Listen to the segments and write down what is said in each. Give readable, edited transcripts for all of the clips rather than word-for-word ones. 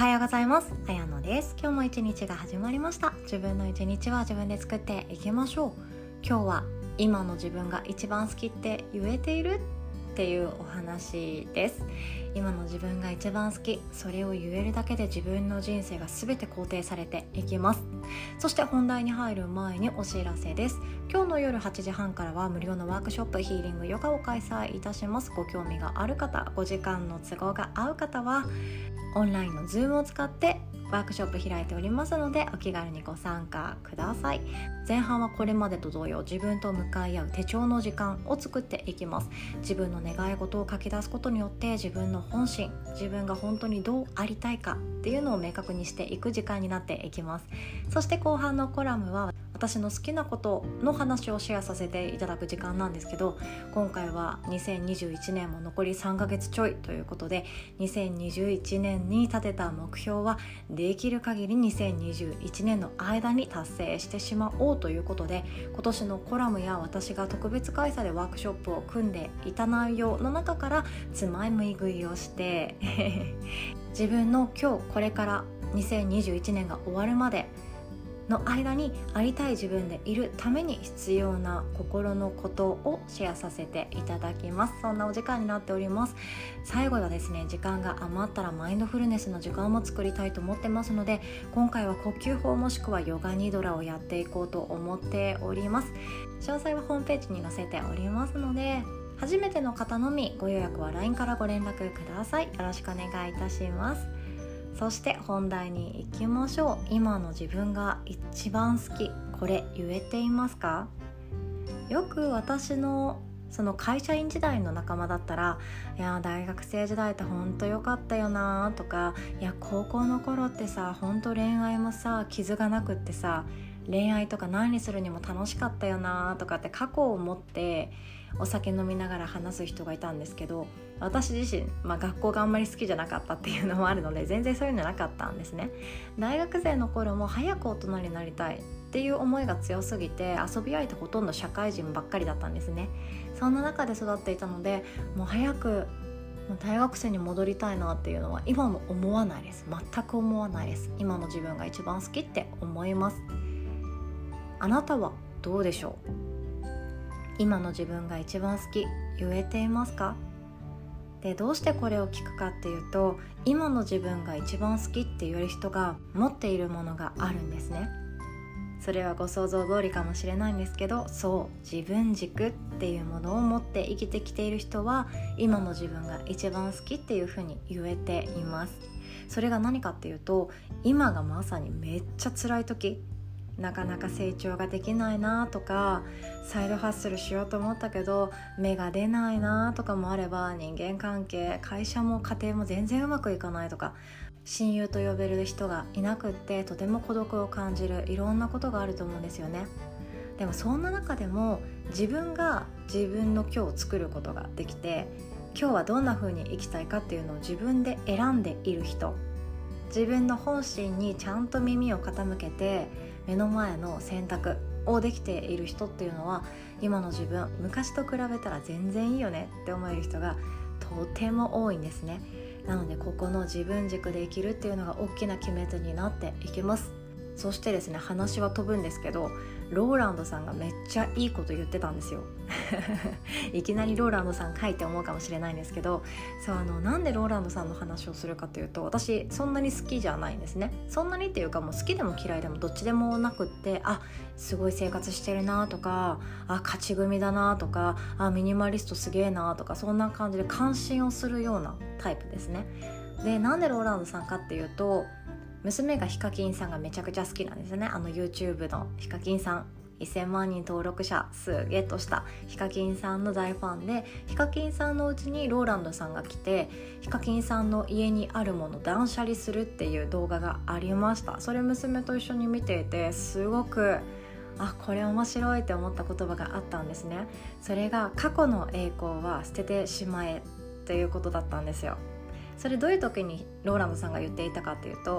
はようございます。あやのです。今日も一日が始まりました。自分の一日は自分で作っていきましょう。今日は今の自分が一番好きって言えているっていうお話です。今の自分が一番好き、それを言えるだけで自分の人生が全て肯定されていきます。そして本題に入る前にお知らせです。今日の夜8時半からは無料のワークショップヒーリングヨガを開催いたします。ご興味がある方、5時間の都合が合う方はオンラインの Zoom を使ってワークショップ開いておりますので、お気軽にご参加ください。前半はこれまでと同様、自分と向かい合う手帳の時間を作っていきます。自分の願い事を書き出すことによって自分の本心、自分が本当にどうありたいかっていうのを明確にしていく時間になっていきます。そして後半のコラムは私の好きなことの話をシェアさせていただく時間なんですけど、今回は2021年も残り3ヶ月ちょいということで、2021年に立てた目標はできる限り2021年の間に達成してしまおうということで、今年のコラムや私が特別開催でワークショップを組んでいた内容の中からつまみ食いをして自分の今日これから2021年が終わるまでの間にありたい自分でいるために必要な心のことをシェアさせていただきます。そんなお時間になっております。最後はですね、時間が余ったらマインドフルネスの時間も作りたいと思ってますので、今回は呼吸法もしくはヨガニドラをやっていこうと思っております。詳細はホームページに載せておりますので、初めての方のみご予約は LINE からご連絡ください。よろしくお願いいたします。そして本題に行きましょう。今の自分が一番好き、これ言えていますか？よく私のその会社員時代の仲間だったら、いや大学生時代ってほんとよかったよなとか、いや高校の頃ってさほんと恋愛もさ傷がなくってさ、恋愛とか何するにも楽しかったよなとかって過去を持ってお酒飲みながら話す人がいたんですけど、私自身、学校があんまり好きじゃなかったっていうのもあるので全然そういうのなかったんですね。大学生の頃も早く大人になりたいっていう思いが強すぎて、遊び相手ほとんど社会人ばっかりだったんですね。そんな中で育っていたので、もう早く大学生に戻りたいなっていうのは今も思わないです。全く思わないです。今の自分が一番好きって思います。あなたはどうでしょう？今の自分が一番好き、言えていますか？で、どうしてこれを聞くかっていうと、今の自分が一番好きって言える人が持っているものがあるんですね。それはご想像通りかもしれないんですけど、そう自分軸っていうものを持って生きてきている人は今の自分が一番好きっていうふうに言えています。それが何かっていうと、今がまさにめっちゃ辛い時、なかなか成長ができないなとか、サイドハッスルしようと思ったけど芽が出ないなとかもあれば、人間関係、会社も家庭も全然うまくいかないとか、親友と呼べる人がいなくってとても孤独を感じる、いろんなことがあると思うんですよね。でもそんな中でも自分が自分の今日を作ることができて、今日はどんな風に生きたいかっていうのを自分で選んでいる人、自分の本心にちゃんと耳を傾けて目の前の選択をできている人っていうのは、今の自分昔と比べたら全然いいよねって思える人がとても多いんですね。なのでここの自分軸で生きるっていうのが大きな決め手になっていきます。そしてですね、話は飛ぶんですけど、ローランドさんがめっちゃいいこと言ってたんですよいきなりローランドさんかいって思うかもしれないんですけど、なんでローランドさんの話をするかというと、私そんなに好きじゃないんですね。そんなにっていうか、もう好きでも嫌いでもどっちでもなくって、すごい生活してるなとか、勝ち組だなとか、ミニマリストすげえなとか、そんな感じで関心をするようなタイプですね。で、なんでローランドさんかっていうと、娘がヒカキンさんがめちゃくちゃ好きなんですね。YouTube のヒカキンさん、1000万人登録者数ゲットしたヒカキンさんの大ファンで、ヒカキンさんのうちにローランドさんが来て、ヒカキンさんの家にあるもの断捨離するっていう動画がありました。それ娘と一緒に見ていて、すごくこれ面白いって思った言葉があったんですね。それが、過去の栄光は捨ててしまえっていうことだったんですよ。それどういう時にローランドさんが言っていたかっていうと、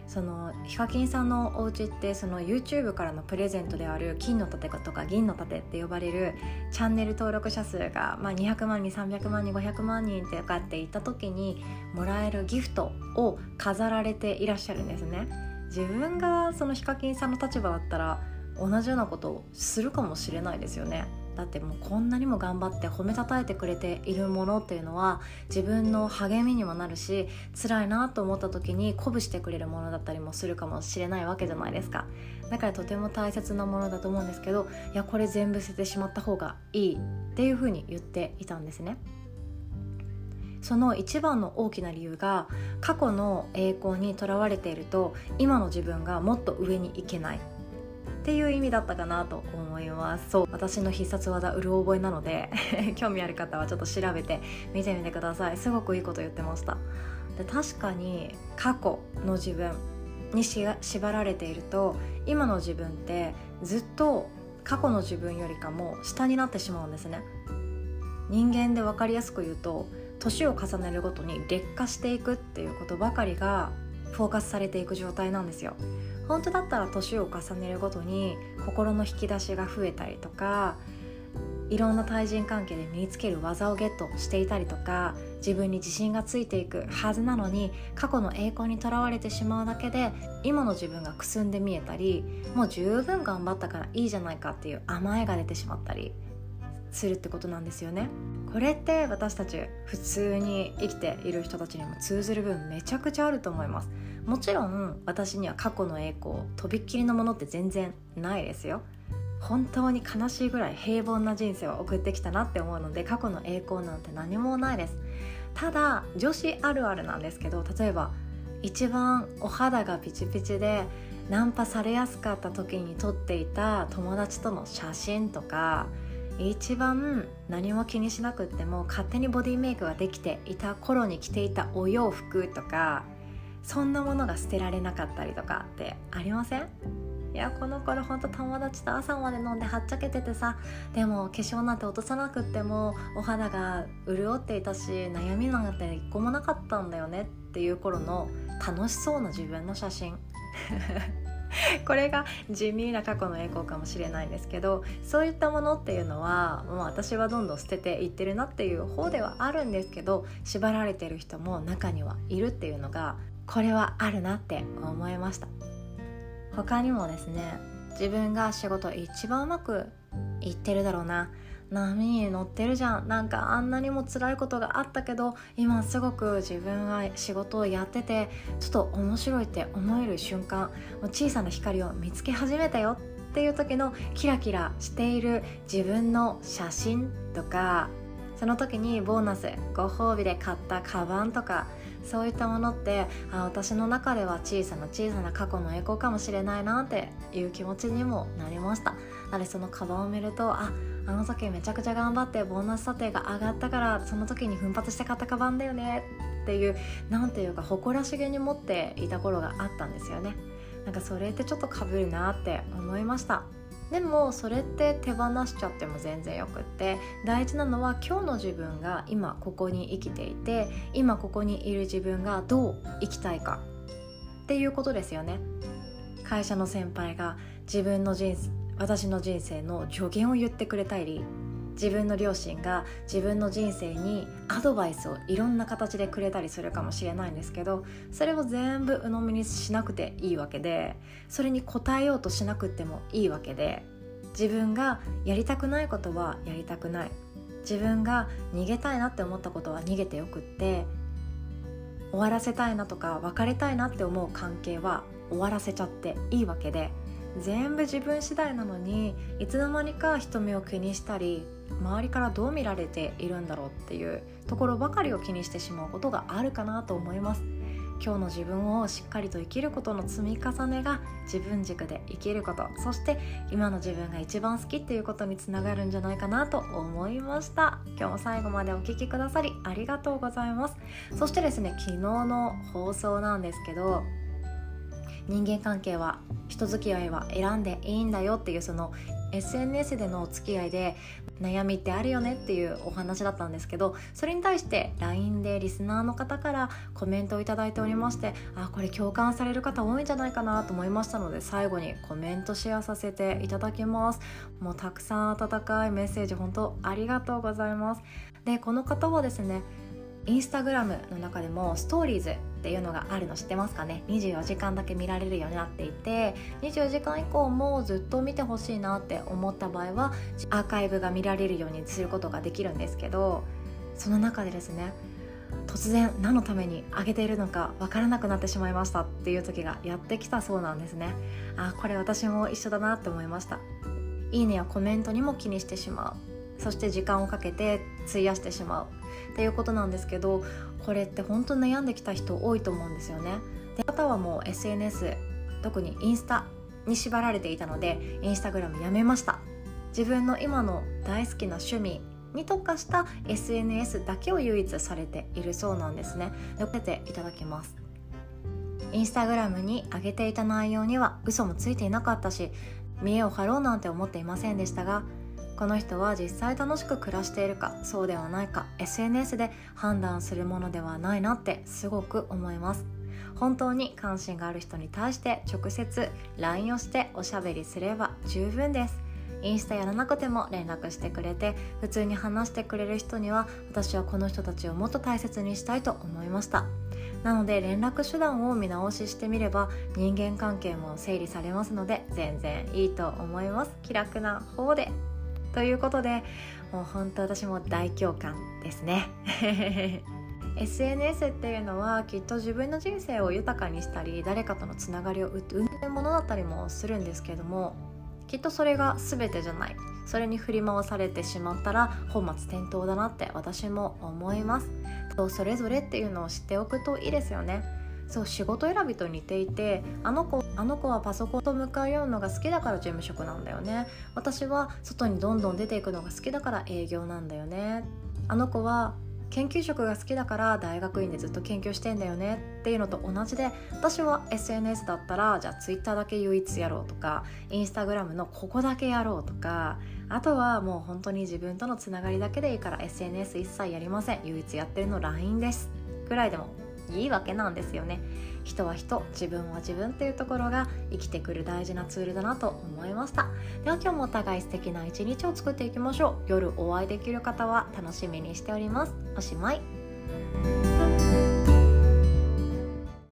そのヒカキンさんのお家ってその YouTube からのプレゼントである金の盾とか銀の盾って呼ばれるチャンネル登録者数が、200万人300万人500万人ってかっていった時にもらえるギフトを飾られていらっしゃるんですね。自分がそのヒカキンさんの立場だったら同じようなことをするかもしれないですよね。だってもうこんなにも頑張って褒めたたえてくれているものっていうのは自分の励みにもなるし、辛いなと思った時に鼓舞してくれるものだったりもするかもしれないわけじゃないですか。だからとても大切なものだと思うんですけど、いやこれ全部捨ててしまった方がいいっていうふうに言っていたんですね。その一番の大きな理由が、過去の栄光にとらわれていると今の自分がもっと上に行けないっていう意味だったかなと思います。そう、私の必殺技うる覚えなので興味ある方はちょっと調べて見てみてください。すごくいいこと言ってました。で、確かに過去の自分に縛られていると今の自分ってずっと過去の自分よりかも下になってしまうんですね。人間で分かりやすく言うと、年を重ねるごとに劣化していくっていうことばかりがフォーカスされていく状態なんですよ。本当だったら年を重ねるごとに心の引き出しが増えたりとか、いろんな対人関係で身につける技をゲットしていたりとか、自分に自信がついていくはずなのに、過去の栄光にとらわれてしまうだけで今の自分がくすんで見えたり、もう十分頑張ったからいいじゃないかっていう甘えが出てしまったりするってことなんですよね。これって私たち普通に生きている人たちにも通ずる分めちゃくちゃあると思います。もちろん私には過去の栄光とびっきりのものって全然ないですよ。本当に悲しいぐらい平凡な人生を送ってきたなって思うので、過去の栄光なんて何もないです。ただ女子あるあるなんですけど、例えば一番お肌がピチピチでナンパされやすかった時に撮っていた友達との写真とか、一番何も気にしなくっても勝手にボディメイクができていた頃に着ていたお洋服とか、そんなものが捨てられなかったりとかってありません？いや、この頃ほんと友達と朝まで飲んではっちゃけててさ、でも化粧なんて落とさなくってもお肌が潤っていたし、悩みなんて一個もなかったんだよねっていう頃の楽しそうな自分の写真これが地味な過去の栄光かもしれないんですけど、そういったものっていうのはもう私はどんどん捨てていってるなっていう方ではあるんですけど、縛られてる人も中にはいるっていうのが、これはあるなって思いました。他にもですね、自分が仕事一番うまくいってるだろうな、波に乗ってるじゃん、なんかあんなにも辛いことがあったけど今すごく自分が仕事をやっててちょっと面白いって思える瞬間、小さな光を見つけ始めたよっていう時のキラキラしている自分の写真とか、その時にボーナスご褒美で買ったカバンとか、そういったものって私の中では小さな過去の栄光かもしれないなっていう気持ちにもなりました。なのでそのカバンを見ると、あの時めちゃくちゃ頑張ってボーナス査定が上がったからその時に奮発して買ったカバンだよねっていう、なんていうか誇らしげに持っていた頃があったんですよね。なんかそれってちょっと被るなって思いました。でもそれって手放しちゃっても全然よくって、大事なのは今日の自分が今ここに生きていて、今ここにいる自分がどう生きたいかっていうことですよね。会社の先輩が私の人生の助言を言ってくれたり、自分の両親が自分の人生にアドバイスをいろんな形でくれたりするかもしれないんですけど、それを全部鵜呑みにしなくていいわけで、それに応えようとしなくてもいいわけで、自分がやりたくないことはやりたくない、自分が逃げたいなって思ったことは逃げてよくって、終わらせたいなとか別れたいなって思う関係は終わらせちゃっていいわけで、全部自分次第なのにいつの間にか人目を気にしたり、周りからどう見られているんだろうっていうところばかりを気にしてしまうことがあるかなと思います。今日の自分をしっかりと生きることの積み重ねが自分軸で生きること、そして今の自分が一番好きっていうことにつながるんじゃないかなと思いました。今日も最後までお聞きくださりありがとうございます。そしてですね、昨日の放送なんですけど、人間関係は人付き合いは選んでいいんだよっていう、その SNS でのお付き合いで悩みってあるよねっていうお話だったんですけど、それに対して LINE でリスナーの方からコメントをいただいておりまして、これ共感される方多いんじゃないかなと思いましたので、最後にコメントシェアさせていただきます。もうたくさん温かいメッセージ本当ありがとうございます。で、この方はですね、インスタグラムの中でもストーリーズっていうのがあるの知ってますかね。24時間だけ見られるようになっていて、24時間以降もずっと見てほしいなって思った場合はアーカイブが見られるようにすることができるんですけど、その中でですね、突然何のために上げているのか分からなくなってしまいましたっていう時がやってきたそうなんですね。これ私も一緒だなって思いました。いいねやコメントにも気にしてしまう、そして時間をかけて費やしてしまうっていうことなんですけど、これって本当に悩んできた人多いと思うんですよね。で、方はもう SNS、 特にインスタに縛られていたのでインスタグラムやめました。自分の今の大好きな趣味に特化した SNS だけを唯一されているそうなんですね。受けていただきます。インスタグラムに上げていた内容には嘘もついていなかったし、見栄を張ろうなんて思っていませんでしたが、この人は実際楽しく暮らしているかそうではないか SNS で判断するものではないなってすごく思います。本当に関心がある人に対して直接 LINE をしておしゃべりすれば十分です。インスタやらなくても連絡してくれて普通に話してくれる人には、私はこの人たちをもっと大切にしたいと思いました。なので連絡手段を見直ししてみれば人間関係も整理されますので全然いいと思います。気楽な方でということで、もう本当私も大共感ですねSNS っていうのはきっと自分の人生を豊かにしたり誰かとのつながりを生んでるものだったりもするんですけれども、きっとそれが全てじゃない。それに振り回されてしまったら本末転倒だなって私も思います。それぞれっていうのを知っておくといいですよね。そう、仕事選びと似ていて、あの子はパソコンと向かい合うのが好きだから事務職なんだよね。私は外にどんどん出ていくのが好きだから営業なんだよね。あの子は研究職が好きだから大学院でずっと研究してんだよねっていうのと同じで、私は SNS だったらじゃあ Twitter だけ唯一やろうとか、Instagram のここだけやろうとか、あとはもう本当に自分とのつながりだけでいいから SNS 一切やりません、唯一やってるの LINE ですぐらいでもいいわけなんですよね。人は人、自分は自分っていうところが生きてくる大事なツールだなと思いました。では今日もお互い素敵な一日を作っていきましょう。夜お会いできる方は楽しみにしております。おしまい。